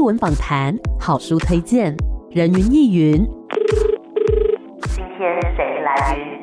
文访谈、好书推荐、人云亦云。今天谁来云？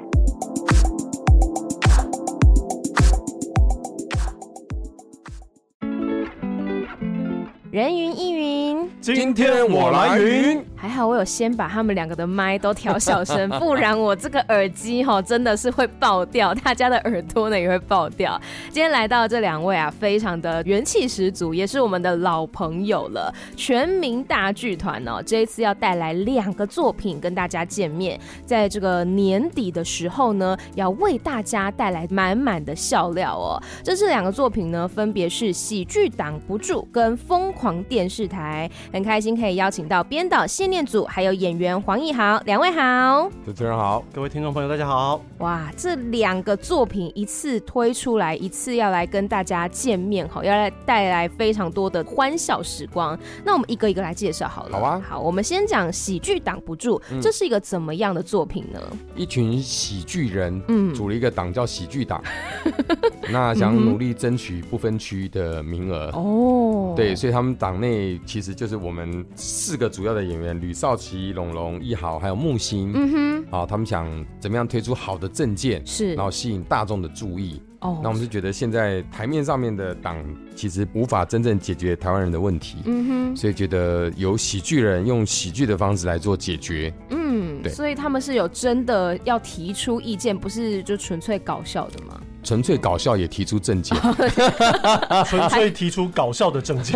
人云亦云， 今天我来云。 还好我有先把他们两个的麦都调小声，不然我这个耳机真的是会爆掉，大家的耳朵呢也会爆掉。今天来到这两位啊，非常的元气十足，也是我们的老朋友了。全民大剧团这一次要带来2个作品跟大家见面，在这个年底的时候呢，要为大家带来满满的笑料哦。这是2个作品呢，分别是喜剧挡不住跟疯狂电视台。很开心可以邀请到编导谢念祖还有演员黄义豪，两位好。 主持人好， 各位听众朋友大家好。 哇，这2个作品一次推出来，一次要来跟大家见面，要来带来非常多的欢笑时光。那我们一个一个来介绍好了。 好啊。 好，我们先讲喜剧挡不住，这是一个怎么样的作品呢？ 一群喜剧人组了一个党叫喜剧党，那想努力争取不分区的名额哦。对，所以他们党内其实就是我们4个主要的演员吕少奇、龙龙、义豪还有木星。他们想怎么样推出好的政见，是，然后吸引大众的注意。那我们是觉得现在台面上面的党其实无法真正解决台湾人的问题，所以觉得有喜剧人用喜剧的方式来做解决。 对，所以他们是有真的要提出意见，不是就纯粹搞笑的吗？ 纯粹搞笑也提出政见， 纯粹提出搞笑的政见。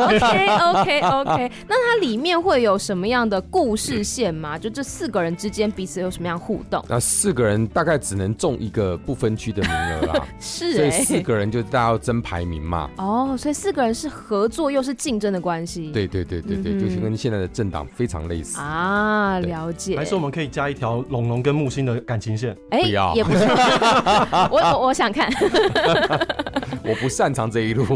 OK， 那它里面会有什么样的故事线吗？就这4个人之间彼此有什么样互动？ 那4个人大概只能中1个不分区的名额啦， 是， 所以4个人就大家要争排名嘛。 所以4个人是合作又是竞争的关系。 对，就是跟现在的政党非常类似啊。了解。 还是我们可以加一条龙龙跟木星的感情线？ 不要， 也不是。我想看。 我不擅长这一路。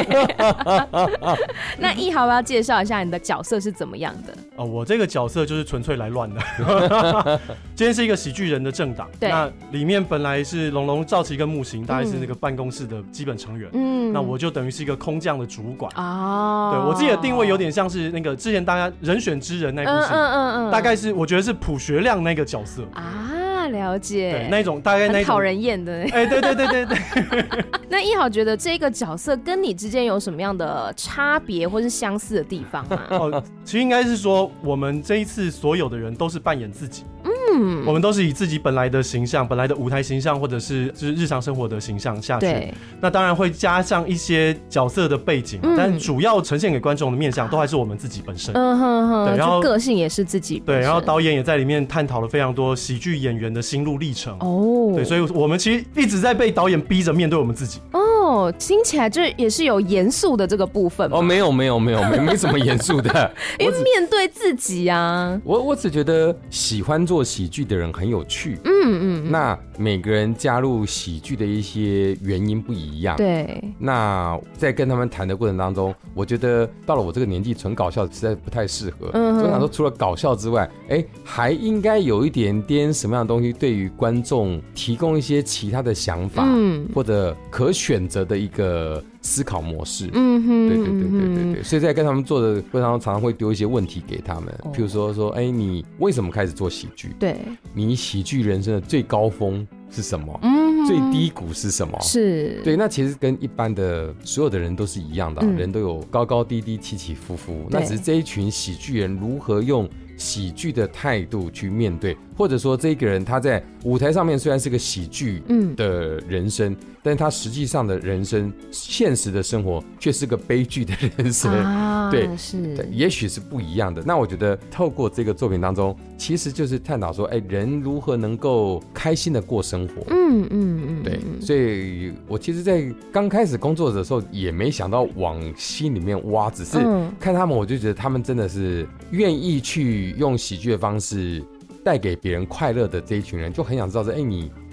那义豪要介绍一下你的角色是怎么样的？ 我这个角色就是纯粹来乱的。今天是一个喜剧人的政党，那里面本来是龙龙、赵琦跟木星，大概是那个办公室的基本成员。那我就等于是一个空降的主管。对，我自己的定位有点像是那个之前大家人选之人那部戏，大概是我觉得是朴学亮那个角色啊。了解。 对，那种大概那种很讨人厌的。 对。 那义豪觉得这个角色跟你之间有什么样的差别或是相似的地方吗？ 其实应该是说，我们这一次所有的人都是扮演自己。我们都是以自己本来的形象、本来的舞台形象，或者是就是日常生活的形象下去。那当然会加上一些角色的背景，但主要呈现给观众的面向都还是我们自己本身。 对，然后个性也是自己本身。 对，然后导演也在里面探讨了非常多喜剧演员的心路历程。对，所以我们其实一直在被导演逼着面对我们自己。 听起来这也是有严肃的这个部分。 没有，没什么严肃的。 因为面对自己啊。 我只觉得喜欢做喜剧的人很有趣。那每个人加入喜剧的一些原因不一样。对。那在跟他们谈的过程当中，我觉得到了我这个年纪，纯搞笑实在不太适合。所以我想说，除了搞笑之外，还应该有一点点什么样的东西，对于观众提供一些其他的想法，或者可选择的一个思考模式。对，所以在跟他们做的过程当中，常常会丢一些问题给他们，譬如说，你为什么开始做喜剧？对，你喜剧人生的最高峰是什么？最低谷是什么？是对。那其实跟一般的所有的人都是一样的，人都有高高低低、起起伏伏。那只是这一群喜剧人如何用喜剧的态度去面对，或者说这个人他在舞台上面虽然是个喜剧的人生，但是他实际上的人生、现实的生活却是个悲剧的人生。对，是，也许是不一样的。那我觉得透过这个作品当中，其实就是探讨说，人如何能够开心的过生活。对，所以我其实，在刚开始工作的时候，也没想到往心里面挖，只是看他们，我就觉得他们真的是愿意去用喜剧的方式带给别人快乐的这一群人，就很想知道说，你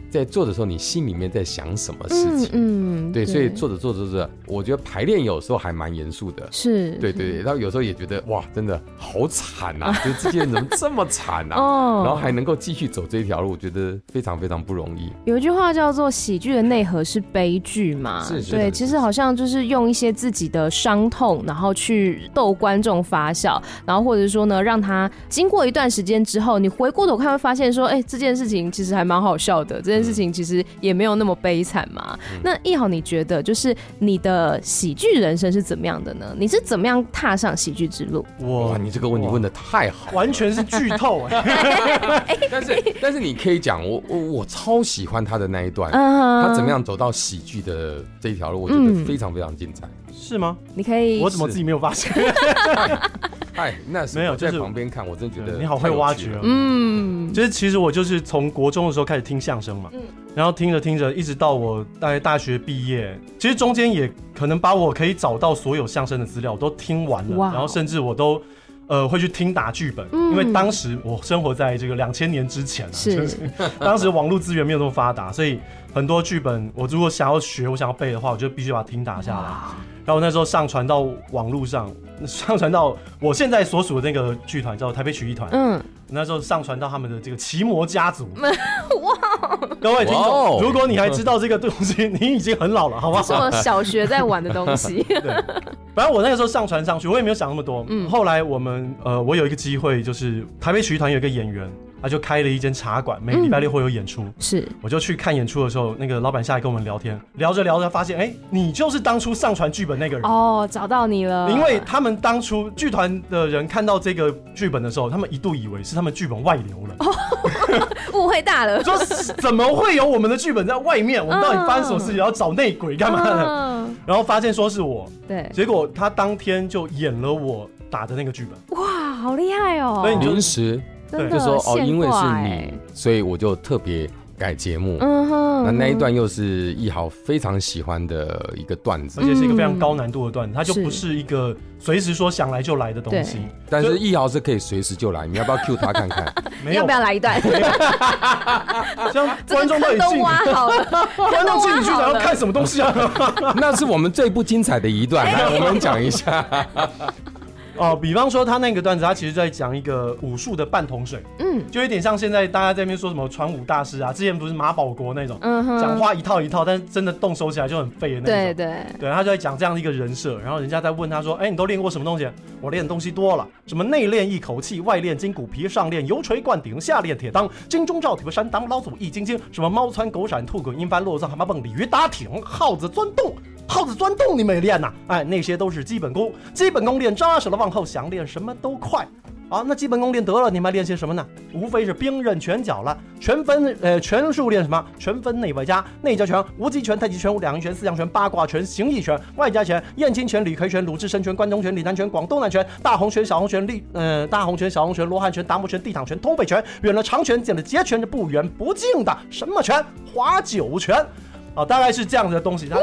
在做的时候你心里面在想什么事情。对，所以做着，我觉得排练有时候还蛮严肃的。 是， 对，然后有时候也觉得哇，真的好惨啊，就这些人怎么这么惨啊？然后还能够继续走这条路，我觉得非常非常不容易。 有一句话叫做喜剧的内核是悲剧嘛，对，其实好像就是用一些自己的伤痛，然后去逗观众发笑，然后或者说呢，让他经过一段时间之后，你回过头看会发现说，这件事情其实还蛮好笑的，这件事情其实也没有那么悲惨嘛。那奕豪，你觉得就是你的喜剧人生是怎么样的呢？你是怎么样踏上喜剧之路？ 哇，你这个问题问得太好， 完全是剧透但是你可以讲，我超喜欢他的那一段，他怎么样走到喜剧的这一条路，我觉得非常非常精彩。 是吗？ 你可以， 我怎么自己没有发现？ 那没有，在旁边看，我真的觉得你好会挖掘。就是其实我就是从国中的时候开始听相声嘛，然后听着，一直到我大概大学毕业，其实中间也可能把我可以找到所有相声的资料我都听完了，然后甚至我都会去听打剧本，因为当时我生活在这个2000年之前啊，就是当时网络资源没有那么发达，所以很多剧本我如果想要学，我想要背的话，我就必须把它听打下来。然后那时候上传到网络上，上传到我现在所属的那个剧团叫台北曲艺团，那时候上传到他们的这个奇魔家族。哇！各位听众，如果你还知道这个东西，你已经很老了，好不好？ 这是我小学在玩的东西。 对，反正我那个时候上传上去，我也没有想那么多。后来我有一个机会，就是台北曲艺团有一个演员。他就开了一间茶馆，每个礼拜六会有演出。 是， 我就去看演出的时候，那个老板下来跟我们聊天，聊着发现，你就是当初上传剧本那个人。 找到你了。 因为他们当初剧团的人看到这个剧本的时候，他们一度以为是他们剧本外流了。 误会大了。 说怎么会有我们的剧本在外面？我们到底发生什么事情？要找内鬼干嘛的？然后发现说是我。对。结果他当天就演了我打的那个剧本。 哇，好厉害哦！ 所以临时。对，就说因为是你，所以我就特别改节目。那一段又是奕豪非常喜欢的一个段子， 而且是一个非常高难度的段子，它就不是一个随时说想来就来的东西。 但是奕豪是可以随时就来，你要不要 cue 他看看？ 要不要来一段？ 这样观众都已经挖好了， 观众进你去想要看什么东西啊？ 那是我们最不精彩的一段，来我们讲一下。 比方说他那个段子，他其实在讲一个武术的半桶水，就有点像现在大家在那边说什么传武大师啊，之前不是马保国那种，讲话一套一套，但是真的动手起来就很废的那种。对，他就在讲这样的一个人设，然后人家在问他说，你都练过什么东西？我练的东西多了，什么内练一口气，外练筋骨皮，上练油锤灌顶，下练铁裆，金钟罩铁布衫，挡老祖易筋经，什么猫窜狗闪兔滚阴翻落藏蛤蟆蹦鲤鱼打挺，耗子钻洞。耗子钻洞你没练呐？那些都是基本功，基本功练扎实了，往后想练什么都快。那基本功练得了，你们还练些什么呢？无非是兵刃拳脚了，拳术练什么？拳分内外家，内家拳、无极拳、太极拳、两阳拳、四阳拳、八卦拳、形意拳，外家拳、燕青拳、李逵拳、鲁智深拳、关东拳、李南拳、广东南拳、大红拳、小红拳、大红拳、小红拳、罗汉拳、达摩拳、地躺拳、通背拳，远了长拳，近了截拳，不远不近的什么拳？划九拳。大概是这样的东西。它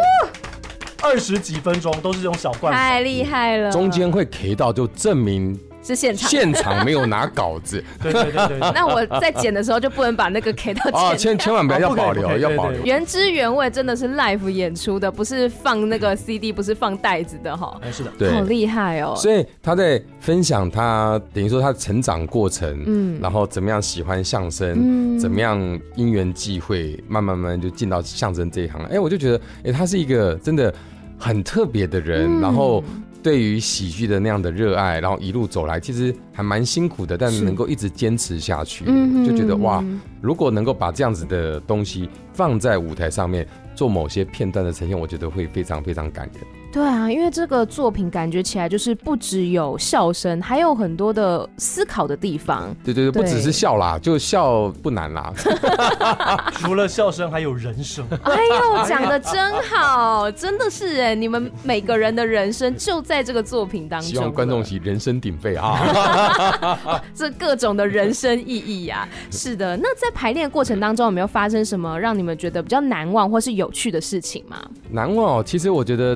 20几分钟都是这种小段子， 太厉害了。 中间会 K 到就证明是现场没有拿稿子。 对。 那我在剪的时候就不能把那个 K 到千万不要保留，要保留。 原汁原味，真的是 live 演出的，不是放那个 CD， 不是放袋子的哈。 是的， 对， 好厉害哦。 所以他在分享他等于说他成长过程，然后怎么样喜欢相声，怎么样因缘际会，慢慢就进到相声这一行。我就觉得，他是一个真的很特别的人，然后对于喜剧的那样的热爱，然后一路走来，其实还蛮辛苦的，但是能够一直坚持下去，就觉得哇，如果能够把这样子的东西放在舞台上面做某些片段的呈现，我觉得会非常非常感人。 对啊，因为这个作品感觉起来就是不只有笑声，还有很多的思考的地方。 对，不只是笑啦，就笑不难啦。 除了笑声，还有人生。 哎呦，讲得真好，真的是你们每个人的人生就在这个作品当中。 希望观众席人声鼎沸啊！ 这各种的人生意义呀。是的，那在排练过程当中有没有发生什么让你们觉得比较难忘或是有趣的事情吗？ 难忘其实我觉得他们每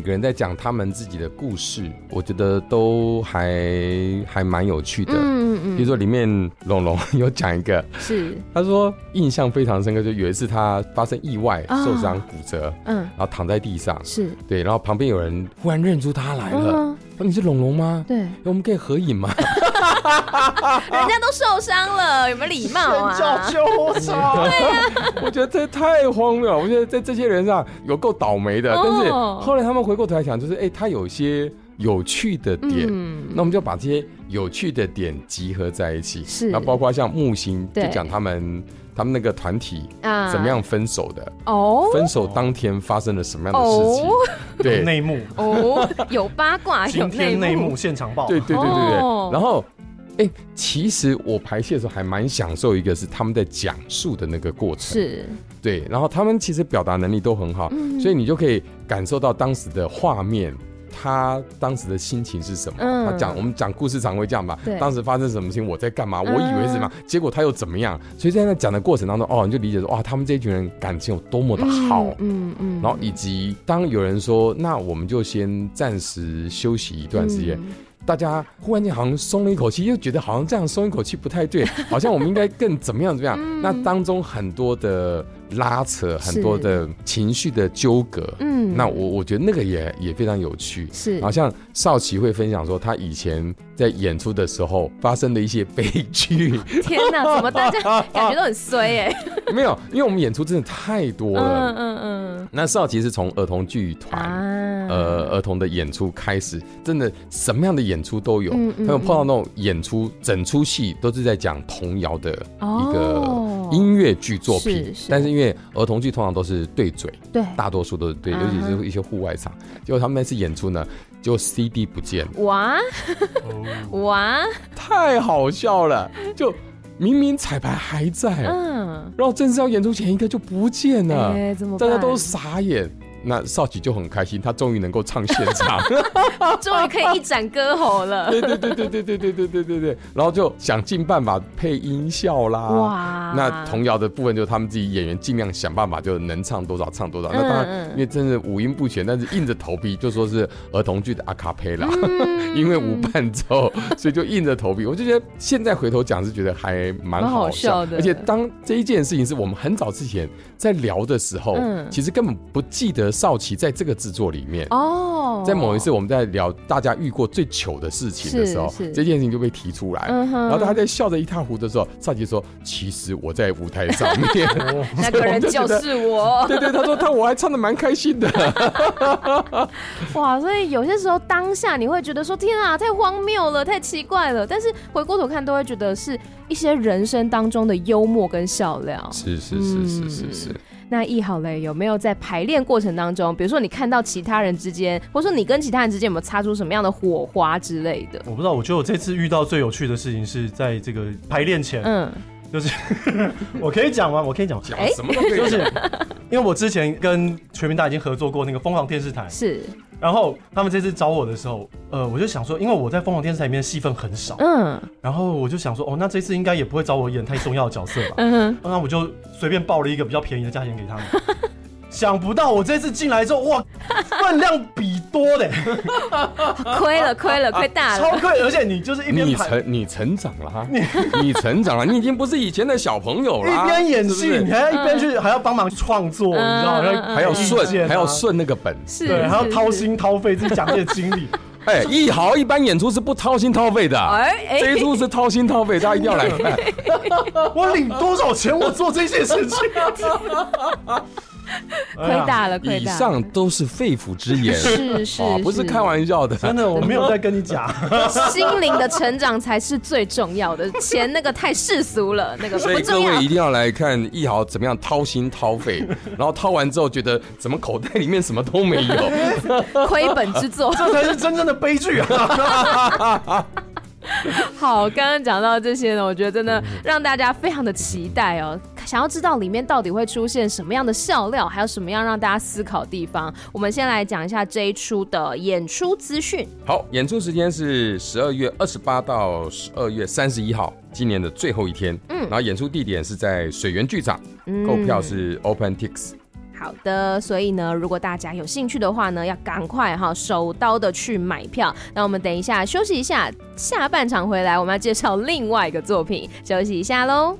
个人在讲他们自己的故事，我觉得都还蛮有趣的。比如说里面龙龙有讲一个， 是他说印象非常深刻，就有一次他发生意外受伤骨折，然后躺在地上， 是对， 然后旁边有人忽然认出他来了，说你是龙龙吗？ 对， 我们可以合影吗？ 人家都受伤了，有没有礼貌啊？ 叫救护车！ 对啊， 我觉得这太荒谬了。我觉得在这些人上有够倒霉的，但是后来他们回过头来想，就是他有一些有趣的点，那我们就把这些有趣的点集合在一起。是，然后包括像木星，就讲他们那个团体怎么样分手的分手当天发生了什么样的事情， 对，内幕有八卦，有内幕现场报， 对。然后其实我排戏的时候还蛮享受一个是他们在讲述的那个过程， 是对，然后他们其实表达能力都很好，所以你就可以感受到当时的画面。他当时的心情是什么？我们讲故事常会这样吧。当时发生什么事情，我在干嘛？我以为是什么，结果他又怎么样？所以在那讲的过程当中，你就理解说，哇，他们这一群人感情有多么的好。然后以及当有人说，那我们就先暂时休息一段时间。大家忽然间好像松了一口气，又觉得好像这样松一口气不太对，好像我们应该更怎么样。那当中很多的拉扯，很多的情绪的纠葛，那我觉得那个也非常有趣。是，好像少奇会分享说，他以前在演出的时候发生的一些悲剧。 天哪，怎么大家感觉都很衰哎？ 没有，因为我们演出真的太多了。那少奇是从儿童剧团，儿童的演出开始，真的什么样的演出都有。他们碰到那种演出，整出戏都是在讲童谣的一个音乐剧作品，但是因为儿童剧通常都是对嘴，对，大多数都是对，尤其是一些户外场。结果他们那次演出呢，就 CD 不见了，哇，太好笑了，就明明彩排还在，然后正式要演出前一刻就不见了，大家都傻眼。那少奇就很开心，他终于能够唱现场， 终于可以一展歌喉了。 对，然后就想尽办法配音效啦。哇，那童谣的部分就他们自己演员尽量想办法，就能唱多少唱多少。那当然，因为真的五音不全，但是硬着头皮就说是儿童剧的阿卡贝拉，因为无伴奏，所以就硬着头皮。我就觉得现在回头讲是觉得还蛮好笑的，而且当这一件事情是我们很早之前在聊的时候，其实根本不记得少奇在这个制作里面在某一次我们在聊大家遇过最糗的事情的时候，这件事情就被提出来，然后他在笑得一塌糊涂的时候，少奇说：“其实我在舞台上面， 那个人就是我。” 对，他说我还唱得蛮开心的。 哇，所以有些时候当下你会觉得说：“天啊，太荒谬了，太奇怪了。”但是回过头看，都会觉得是一些人生当中的幽默跟笑料。 是。 那易豪嘞，有没有在排练过程当中，比如说你看到其他人之间，或者说你跟其他人之间有没有擦出什么样的火花之类的？ 我不知道，我觉得我这次遇到最有趣的事情是在这个排练前，就是我可以讲吗？我可以讲什么都可以， 就是因为我之前跟全民大已经合作过那个疯狂电视台， 是。 然后他们这次找我的时候，我就想说，因为我在疯狂电视台里面戏份很少，然后我就想说，那这次应该也不会找我演太重要的角色吧，那我就随便报了一个比较便宜的价钱给他们。想不到我这次进来之后，哇，分量比多的， 亏大了， 超亏！而且你就是一边你成长了哈，你成长了，你已经不是以前的小朋友了， 一边演戏，你还要一边去还要帮忙创作，你知道吗？ 还要顺那个本， 对，还要掏心掏肺自己讲这些经历。 易豪一般演出是不掏心掏肺的，这一出是掏心掏肺，大家一定要来看。 我领多少钱，我做这件事情。 亏大了。 以上都是肺腑之言， 是不是开玩笑的。 真的，我没有在跟你讲。 心灵的成长才是最重要的，钱那个太世俗了，那个不重要。 所以各位一定要来看易豪怎么样掏心掏肺，然后掏完之后觉得怎么口袋里面什么都没有， 亏本之作， 这才是真正的悲剧啊！ 好，刚刚讲到这些呢，我觉得真的让大家非常的期待哦。想要知道里面到底会出现什么样的笑料，还有什么样让大家思考的地方，我们先来讲一下这一出的演出资讯。 好，演出时间是12月28到12月31号，今年的最后一天。然后演出地点是在水源剧场，购票是 OpenTix。 好的，所以呢，如果大家有兴趣的话呢，要赶快手刀的去买票。那我们等一下休息一下，下半场回来我们要介绍另外一个作品，休息一下咯。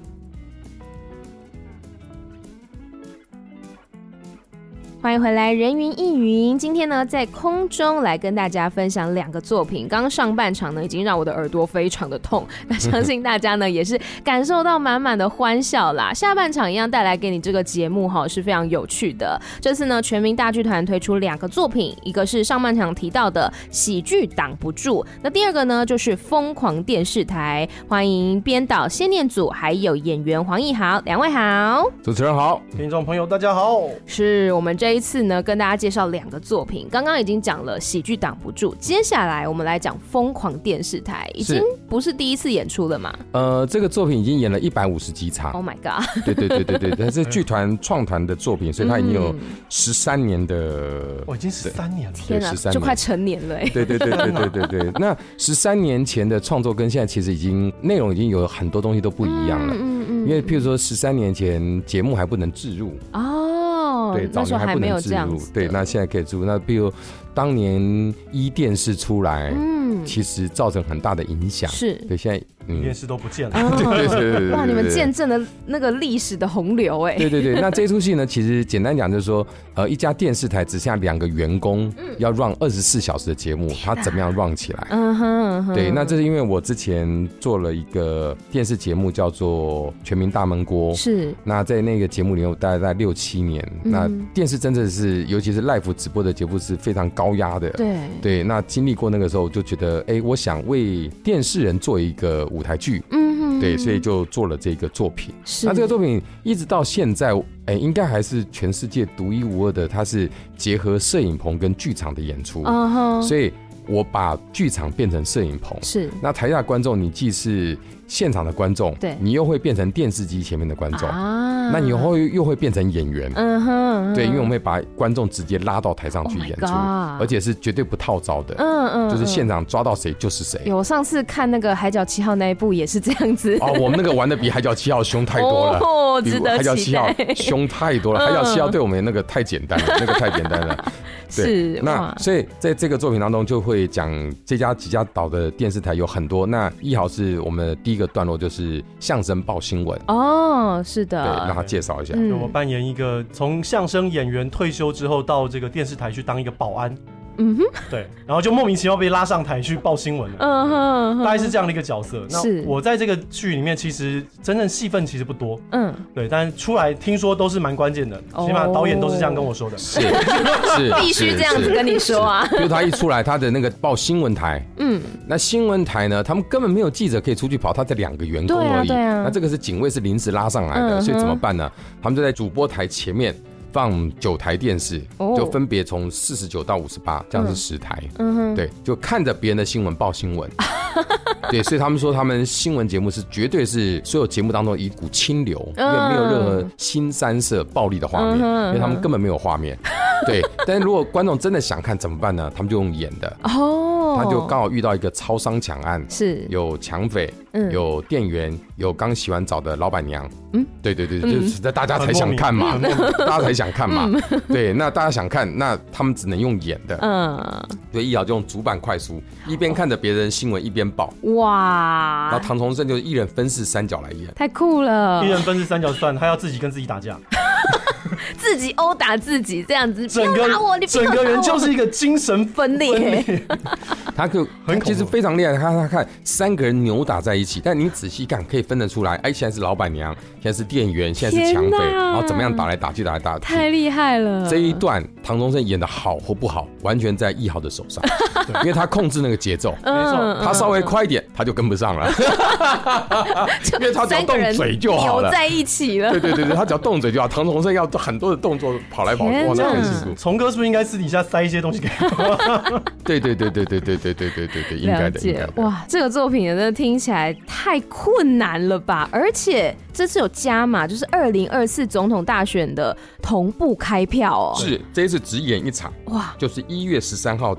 欢迎回来，人云亦云。今天呢，在空中来跟大家分享2个作品。刚刚上半场呢，已经让我的耳朵非常的痛，那相信大家呢也是感受到满满的欢笑啦。下半场一样带来给你这个节目是非常有趣的。这次呢，全民大剧团推出2个作品，一个是上半场提到的喜剧挡不住，那第2个呢就是疯狂电视台。欢迎编导先念祖还有演员黄义豪，2位好。 主持人好， 听众朋友大家好。 是我们这一次呢，跟大家介绍2个作品。刚刚已经讲了喜剧挡不住，接下来我们来讲疯狂电视台，已经不是第一次演出了嘛？ 这个作品已经演了150几场。 Oh my god！ 对，它是剧团创团的作品，所以它已经有13年的， 已经13年了， 天啊，就快成年了。 对。那13年前的创作跟现在其实已经内容已经有很多东西都不一样了。因为譬如说13年前节目还不能置入对， 那时候还没有这样子。 对，那现在可以置入。那比如当年电视出来，其实造成很大的影响。是，对，现在电视都不见了。 对， 哇，你们见证了那个历史的洪流哎。 对，那这出戏呢，其实简单讲就是说，一家电视台只剩下2个员工，要 run 24小时的节目，他怎么样 run 起来？对，那这是因为我之前做了一个电视节目叫做《全民大闷锅》，是。那在那个节目里面，我大概在6、7年。那电视真的是，尤其是 live 直播的节目是非常高压的。对，那经历过那个时候，就觉得，我想为电视人做一个舞台剧。对，所以就做了这个作品。那这个作品一直到现在，应该还是全世界独一无二的，它是结合摄影棚跟剧场的演出。所以我把剧场变成摄影棚，是。那台下观众，你既是现场的观众，对，你又会变成电视机前面的观众那你又会变成演员。对，因为我们会把观众直接拉到台上去演出，而且是绝对不套招的。就是现场抓到谁就是谁。 有上次看那个《海角7号》那一部也是这样子。 我们那个玩的比《海角7号》凶太多了， 值得期待。《 海角7号》凶太多了，《海角7号》对我们那个太简单了，那个太简单了。对，那所以在这个作品当中就会讲几家岛的电视台有很多。那一豪是我们的第一个段落，就是相声报新闻。是的。对，让他介绍一下。 我扮演一个从相声演员退休之后到这个电视台去当一个保安。对，然后就莫名其妙被拉上台去报新闻了。大概是这样的一个角色。那我在这个剧里面，其实真正戏份其实不多。对，但是出来听说都是蛮关键的，起码导演都是这样跟我说的。 是， 必须这样子跟你说啊。 比如他一出来，他的那个报新闻台，那新闻台呢，他们根本没有记者可以出去跑，他才2个员工而已。那这个是警卫是临时拉上来的，所以怎么办呢？他们就在主播台前面放9台电视，就分别从49到58，这样是10台。对，就看着别人的新闻报新闻。对，所以他们说他们新闻节目是绝对是所有节目当中一股清流，因为没有任何腥膻色暴力的画面，因为他们根本没有画面。对，但是如果观众真的想看怎么办呢？他们就用演的。他就刚好遇到一个超商抢案，是有抢匪，有店员，有刚洗完澡的老板娘。对，就是大家才想看嘛，大家才想看嘛。对，那大家想看，那他们只能用演的。对，一豪就用主板快速，一边看着别人新闻一边报。哇！然后唐崇盛就一人分饰3角来演， 太酷了。 一人分饰3角算，他要自己跟自己打架。 自己殴打自己这样子， 整个人就是一个精神分裂。 他其实非常厉害，他看3个人扭打在一起，但你仔细看可以分得出来，现在是老板娘，现在是店员，现在是抢匪，然后怎么样打来打去， 太厉害了。 这一段唐宗盛演的好或不好，完全在一豪的手上，因为他控制那个节奏，没错，他稍微快一点他就跟不上了，因为他只要动嘴就好了， 扭在一起了。 对，他只要动嘴就好。唐宗盛要很多的动作跑来跑去，哇，那很辛苦。 崇哥是不是应该私底下塞一些东西给他？ 对，应该的。 哇，这个作品真的听起来太困难了吧？而且这次有加码，就是2024总统大选的同步开票哦。 是，这一次只演1场，哇，就是1月13号的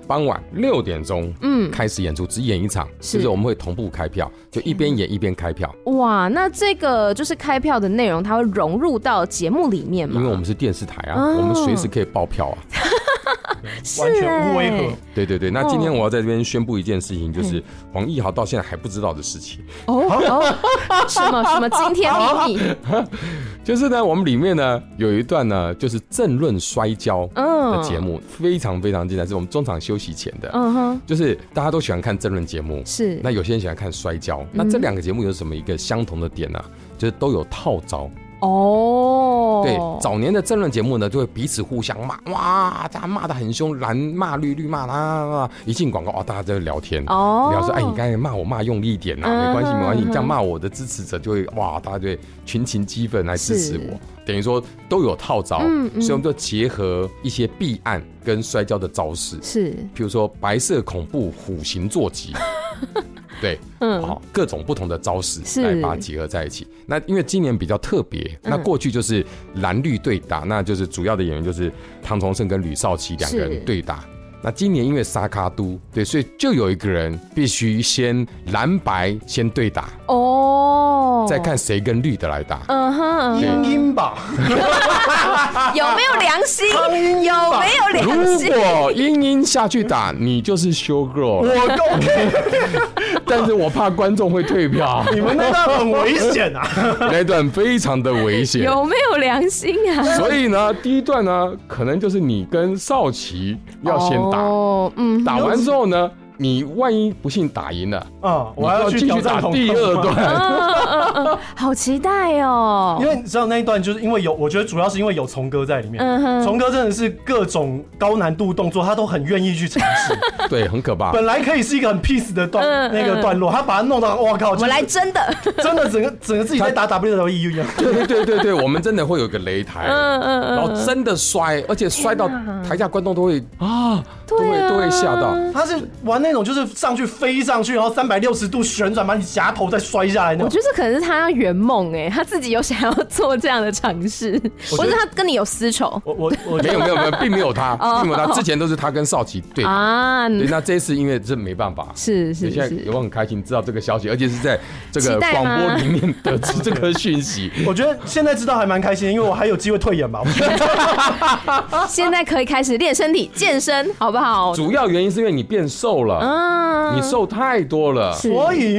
傍晚6点钟开始演出，只演一场，就是我们会同步开票，就一边演一边开票。 哇，那这个就是开票的内容，它会融入到节目里面吗？ 因为我们是电视台啊，我们随时可以爆票啊。 完全无违和。 对对对，那今天我要在这边宣布一件事情，就是黄义豪到现在还不知道的事情。 什么惊天秘密？ 就是呢，我们里面呢有一段呢，就是政论摔跤的节目，非常非常精彩，是我们中场休息前的。就是大家都喜欢看政论节目， 是那有些人喜欢看摔跤。那这两个节目有什么一个相同的点呢？就是都有套招。对，早年的政论节目呢，就会彼此互相骂，哇，大家骂得很凶，蓝骂绿，绿骂啊，一进广告大家在聊天，聊说，哎，你刚才骂我骂用力一点啊，没关系没关系，你这样骂我的支持者就会哇，大家就会群情激愤来支持我，等于说都有套招，所以我们就结合一些弊案跟摔跤的招式，是，譬如说白色恐怖虎形坐骑。对，各种不同的招式来把它结合在一起。那因为今年比较特别，那过去就是蓝绿对打，那就是主要的演员就是唐从圣跟吕少奇两个人对打。那今年因为沙卡都，对，所以就有一个人必须先蓝白先对打，再看谁跟绿的来打。 英英吧， 有没有良心？有没有良心？ 如果英英下去打，你就是 show girl， 我 OK， 但是我怕观众会退票。 你们那段很危险啊， 那段非常的危险。 有没有良心啊？ 所以呢，第一段呢，可能就是你跟少奇要先打，打完之后呢，你万一不幸打赢了， 我还要继续打第二段。 好期待哦！ 因为你知道那一段就是因为我觉得主要是因为有虫哥在里面，虫哥真的是各种高难度动作他都很愿意去尝试， 对，很可怕。 本来可以是一个很 peace 的段落，他把它弄到哇靠！ 我们来真的整个自己在打 WWE 一样。 对，我们真的会有个擂台，然后真的摔，而且摔到台下观众都会都会吓到。 他是玩那种就是上去飞上去，然后360度旋转，把你夹头再摔下来那种。 我觉得这可能是他圆梦他自己有想要做这样的尝试，或是他跟你有私仇？ 我没有，并没有他，之前都是他跟少奇对啊。对，那这次因为这没办法， 是。 现在我很开心知道这个消息，而且是在这个广播里面得知这个讯息。 我觉得现在知道还蛮开心的，因为我还有机会退演嘛。 现在可以开始练身体、健身，好不好？ 主要原因是因为你变瘦了，你瘦太多了， 所以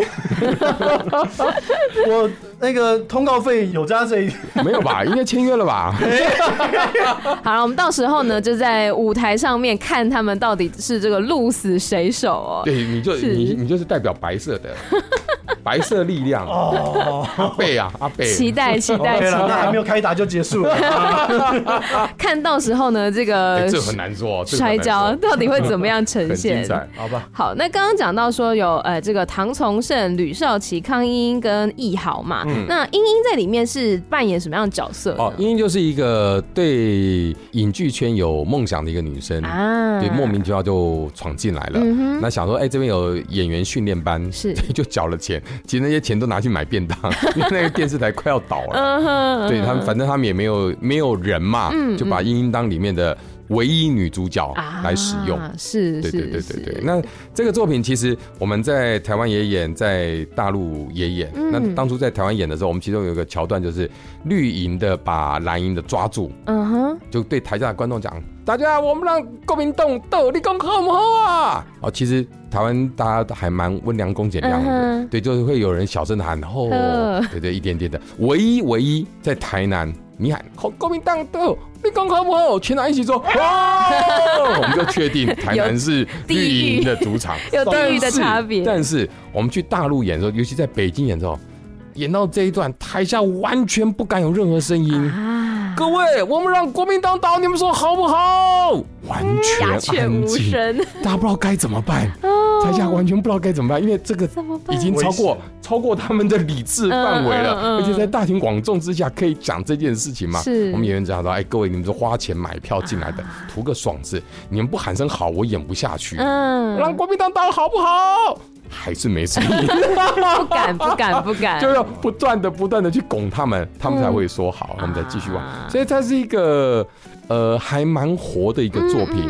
我那个通告费有加这一点没有吧？应该签约了吧？ 好了，我们到时候呢就在舞台上面看他们到底是这个鹿死谁手哦。 对，你就是代表白色的白色力量阿贝啊，阿贝， 期待。 那还没有开打就结束了。 看到时候呢，这个这很难说， 摔跤到底会怎么样呈现？ 很精彩，好吧？ 好，那刚刚讲到说有这个唐从圣、吕少奇、康英英跟义豪嘛。那英英在里面是扮演什么样的角色？ 英英就是一个对影剧圈有梦想的一个女生对，莫名其妙就闯进来了。那想说，这边有演员训练班，是就缴了钱，其实那些钱都拿去买便当，因为那个电视台快要倒了。对他们，反正他们也没有人嘛，就把英英当里面的唯一女主角来使用。 是， 对。那这个作品其实我们在台湾也演，在大陆也演。那当初在台湾演的时候，我们其中有一个桥段就是绿营的把蓝营的抓住，就对台下的观众讲：“大家，我们让国民党斗，你讲好不好啊？”其实台湾大家还蛮温良恭俭让的，对，就是会有人小声的喊吼，对，一点点的。唯一在台南。你喊国民党斗，你讲好不好？全场一起说，我们就确定台南是绿营的主场， 有地域的差别。 但是我们去大陆演的时候，尤其在北京演的时候，演到这一段，台下完全不敢有任何声音。各位，我们让国民党倒，你们说好不好？完全安静，大家不知道该怎么办。台下完全不知道该怎么办，因为这个已经超过他们的理智范围了，而且在大庭广众之下可以讲这件事情吗？我们演员讲说，各位，你们是花钱买票进来的，图个爽字，你们不喊声好，我演不下去。让国民党倒好不好？还是没声音， 不敢， 就要不断的去拱他们，他们才会说好，我们再继续玩。所以它是一个还蛮活的一个作品。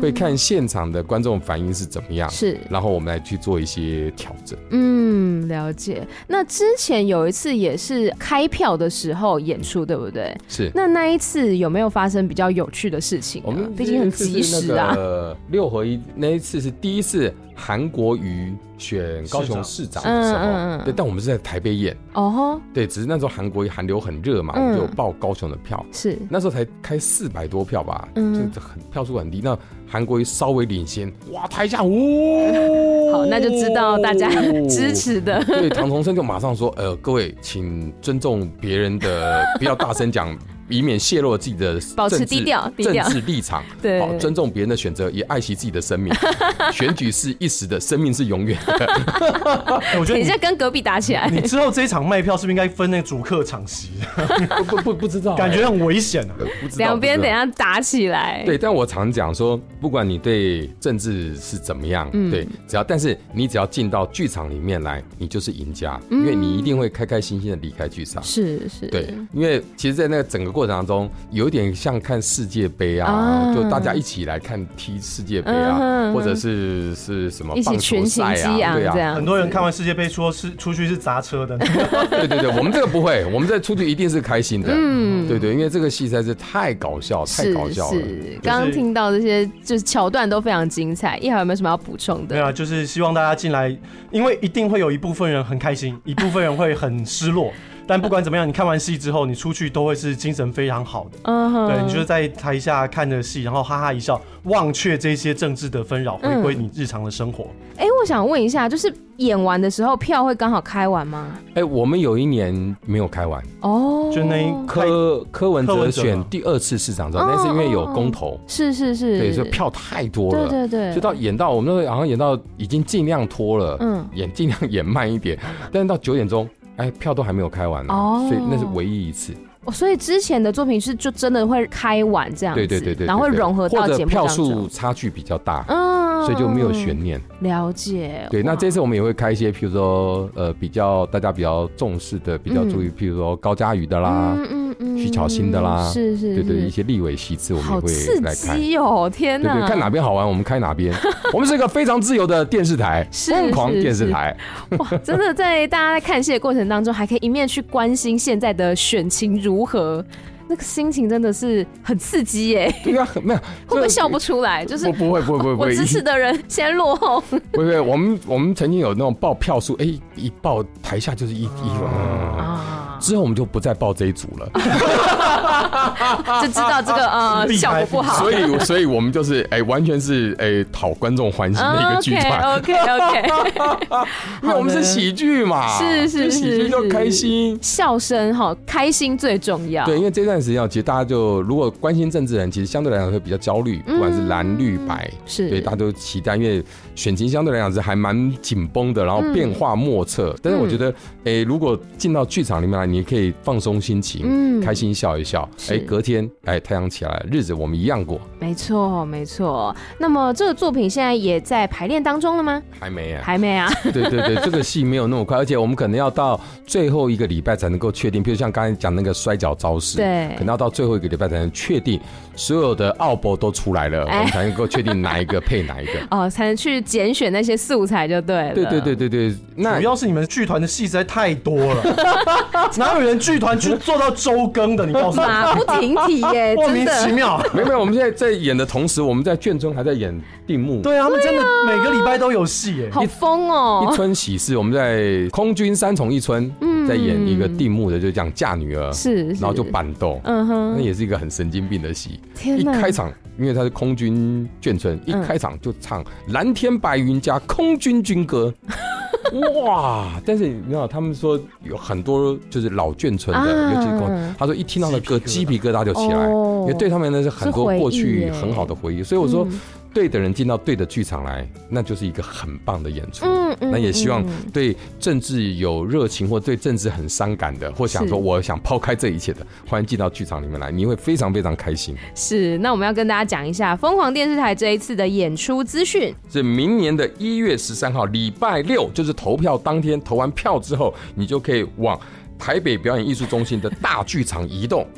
会看现场的观众反应是怎么样， 是， 然后我们来去做一些调整。 了解。那之前有一次也是开票的时候演出，对不对？ 是。 那一次有没有发生比较有趣的事情？ 我们毕竟很及时啊。 6合1那一次是第一次韩国瑜选高雄市长的时候，对，但我们是在台北演对，只是那时候韩国瑜韩流很热嘛，我们就报高雄的票， 是那时候才开400多票吧，就票数很低。那韩国瑜稍微领先，哇，台下好，那就知道大家支持的。 对，唐崇生就马上说，各位请尊重别人的，不要大声讲。以免泄露自己的保持低调政治立场， 对， 好尊重别人的选择，也爱惜自己的生命。选举是一时的，生命是永远的。 我觉得你在跟隔壁打起来， 你之后这一场卖票是不是应该分那个主客场席？ 不知道， 感觉很危险啊！ 两边等一下打起来。 对，但我常讲说，不管你对政治是怎么样，对，但是你只要进到剧场里面来，你就是赢家，因为你一定会开开心心的离开剧场。 是， 对，因为其实，在那个整个过程当中，有一点像看世界杯啊，就大家一起来看踢世界杯啊，或者是什么棒球赛啊，对啊， 很多人看完世界杯说是出去是砸车的。 对，我们这个不会，我们这出去一定是开心的。对，因为这个戏实在是太搞笑，太搞笑了。 刚刚听到这些就是桥段都非常精彩，一豪有没有什么要补充的？ 没有，就是希望大家进来，因为一定会有一部分人很开心，一部分人会很失落。但不管怎么样，你看完戏之后，你出去都会是精神非常好的。对，你就是在台下看着戏，然后哈哈一笑，忘却这些政治的纷扰，回归你日常的生活。 我想问一下，就是演完的时候票会刚好开完吗？ 我们有一年没有开完就那柯文哲选第2次市长之后，那是因为有公投， 是， 对，所以票太多了，对，就演到我们那时候好像演到已经尽量拖了，尽量演慢一点，但是到9点钟。票都还没有开完所以那是唯一一次。 所以之前的作品是就真的会开完这样子，对，然后会融合到节目当中， 或者票数差距比较大，所以就没有悬念。 了解。 对，那这次我们也会开一些，譬如说比较大家比较重视的，比较注意，譬如说高嘉瑜的啦，徐巧芯的啦， 是， 对，一些立委席次我们也会来开。 好刺激哦！天哪， 对，看哪边好玩我们开哪边。我们是一个非常自由的电视台，疯狂电视台。 哇，真的在大家在看戏的过程当中，还可以一面去关心现在的选情如何。那个心情真的是很刺激耶！ 对啊，没有会不会笑不出来？就是不会， 我支持的人现在落后。 不会，我们曾经有那种报票数，一报台下就是一之后我们就不再报这一组了， 就知道这个效果不好。 所以我们就是完全是讨观众欢心的一个剧团。 OK， 因为我们是喜剧嘛， 是喜剧就开心， 笑声开心最重要。 对，因为这段时间其实大家就如果关心政治人，其实相对来讲会比较焦虑，不管是蓝绿白，对，大家都期待，因为选情相对来讲是还蛮紧绷的，然后变化莫测。但是我觉得，如果进到剧场里面来，你可以放松心情，开心笑一笑。隔天，太阳起来了，日子我们一样过。 没错。那么这个作品现在也在排练当中了吗？ 还没啊。 对，这个戏没有那么快，而且我们可能要到最后一个礼拜才能够确定。比如像刚才讲那个摔跤招式， 对， 可能要到最后一个礼拜才能确定所有的奥博都出来了，我们才能够确定哪一个配哪一个。 才能去拣选那些素材就对了。 对。那主要是你们剧团的戏实在太多了，哪有人剧团去做到周更的？你告诉我， 马不停蹄耶， 莫名其妙。 没有，我们现在在演的同时，我们在眷村还在演定目。 对啊，他们真的每个礼拜都有戏耶， 好疯哦！ 一村喜事，我们在空军3重一村，在演一个定目的，就讲嫁女儿， 是， 然后就板斗，那也是一个很神经病的戏。一开场，因为他是空军眷村，一开场就唱蓝天白云加空军军歌。哇！但是你知道，他们说有很多就是老眷村的，尤其是他说一听到的歌，鸡皮疙瘩就起来，因为对他们那是很多过去很好的回忆。所以我说，对的人进到对的剧场来，那就是一个很棒的演出。那也希望对政治有热情或对政治很伤感的，或想说我想抛开这一切的，欢迎进到剧场里面来，你会非常非常开心。 是，那我们要跟大家讲一下疯狂电视台这一次的演出资讯， 是明年的1月13号礼拜六，就是投票当天，投完票之后，你就可以往台北表演艺术中心的大剧场移动。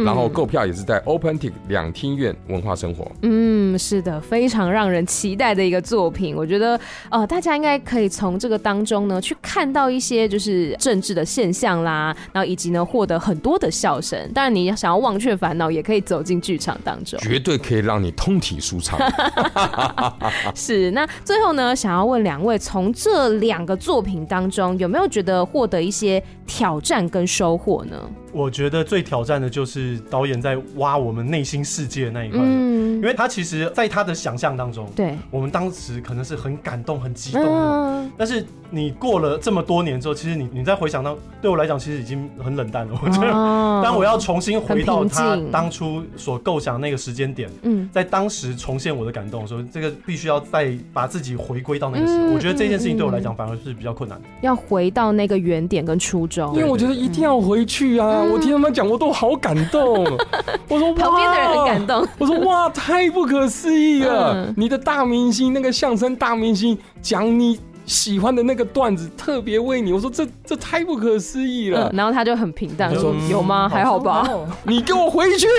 然后购票也是在 OpenTix 两厅院文化生活。 是的，非常让人期待的一个作品。我觉得大家应该可以从这个当中呢去看到一些就是政治的现象啦，然后以及呢获得很多的笑声。当然你想要忘却烦恼也可以走进剧场当中， 绝对可以让你通体舒畅。 是，那最后呢想要问两位，从这两个作品当中有没有觉得获得一些挑战跟收获呢？ 我觉得最挑战的就是导演在挖我们内心世界的那一块，因为他其实在他的想象当中，对我们当时可能是很感动很激动的，但是你过了这么多年之后，其实你再回想到，对我来讲其实已经很冷淡了。我觉得当我要重新回到他当初所构想那个时间点，在当时重现我的感动的时候，这个必须要再把自己回归到那个时候。我觉得这件事情对我来讲反而是比较困难的， 要回到那个原点跟初衷。 因为我觉得一定要回去啊！我听他们讲，我都好感动。我说旁边的人很感动。 我说哇，太不可思议了！你的大明星，那个相声大明星讲你喜欢的那个段子，特别为你。我说这太不可思议了。 然后他就很平淡说：“有吗？还好吧。” 你给我回去，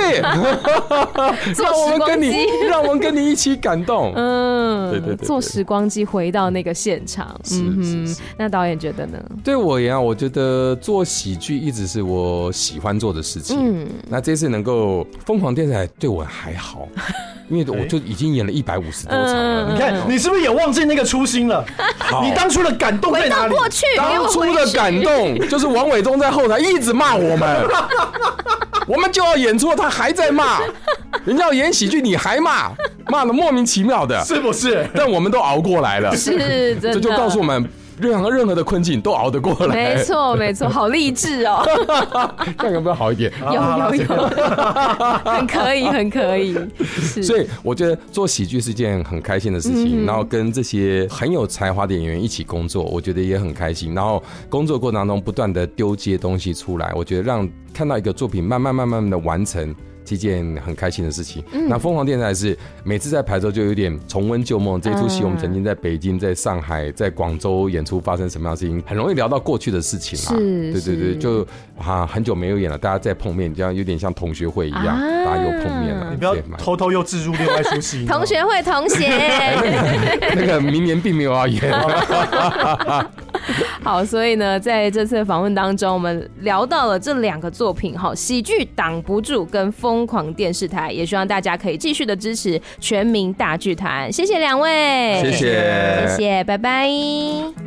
让我们跟你一起感动。对， 坐时光机回到那个现场。是。那导演觉得呢？ 对我而言，我觉得做喜剧一直是我喜欢做的事情。那这次能够疯狂电视台对我还好。因为我就已经演了150多场了， 你看你是不是也忘记那个初心了？你当初的感动在哪里？ 过去， 当初的感动就是王伟忠在后台一直骂我们，我们就要演出，他还在骂，人家要演喜剧你还骂得莫名其妙的， 是不是？ 但我们都熬过来了， 是真的， 这就告诉我们。任何的困境都熬得过来， 没错，好励志哦！ 这样有没有好一点？ 有，很可以。 所以我觉得做喜剧是件很开心的事情，然后跟这些很有才华的演员一起工作，我觉得也很开心。然后工作过程当中不断的丢接东西出来，我觉得让看到一个作品慢慢的完成。是一件很开心的事情。那疯狂电台是每次在排的时候就有点重温旧梦。这出戏我们曾经在北京、在上海、在广州演出，发生什么样的事情，很容易聊到过去的事情啦。对，就很久没有演了，大家再碰面，这样有点像同学会一样，大家又碰面了。 你不要偷偷又置入另外一出戏。 同学会同学， 那个明年并没有要演。 好，所以呢，在这次的访问当中，我们聊到了这两个作品，喜剧挡不住跟疯狂电视台，也希望大家可以继续的支持全民大剧团。谢谢两位， 谢谢， 拜拜。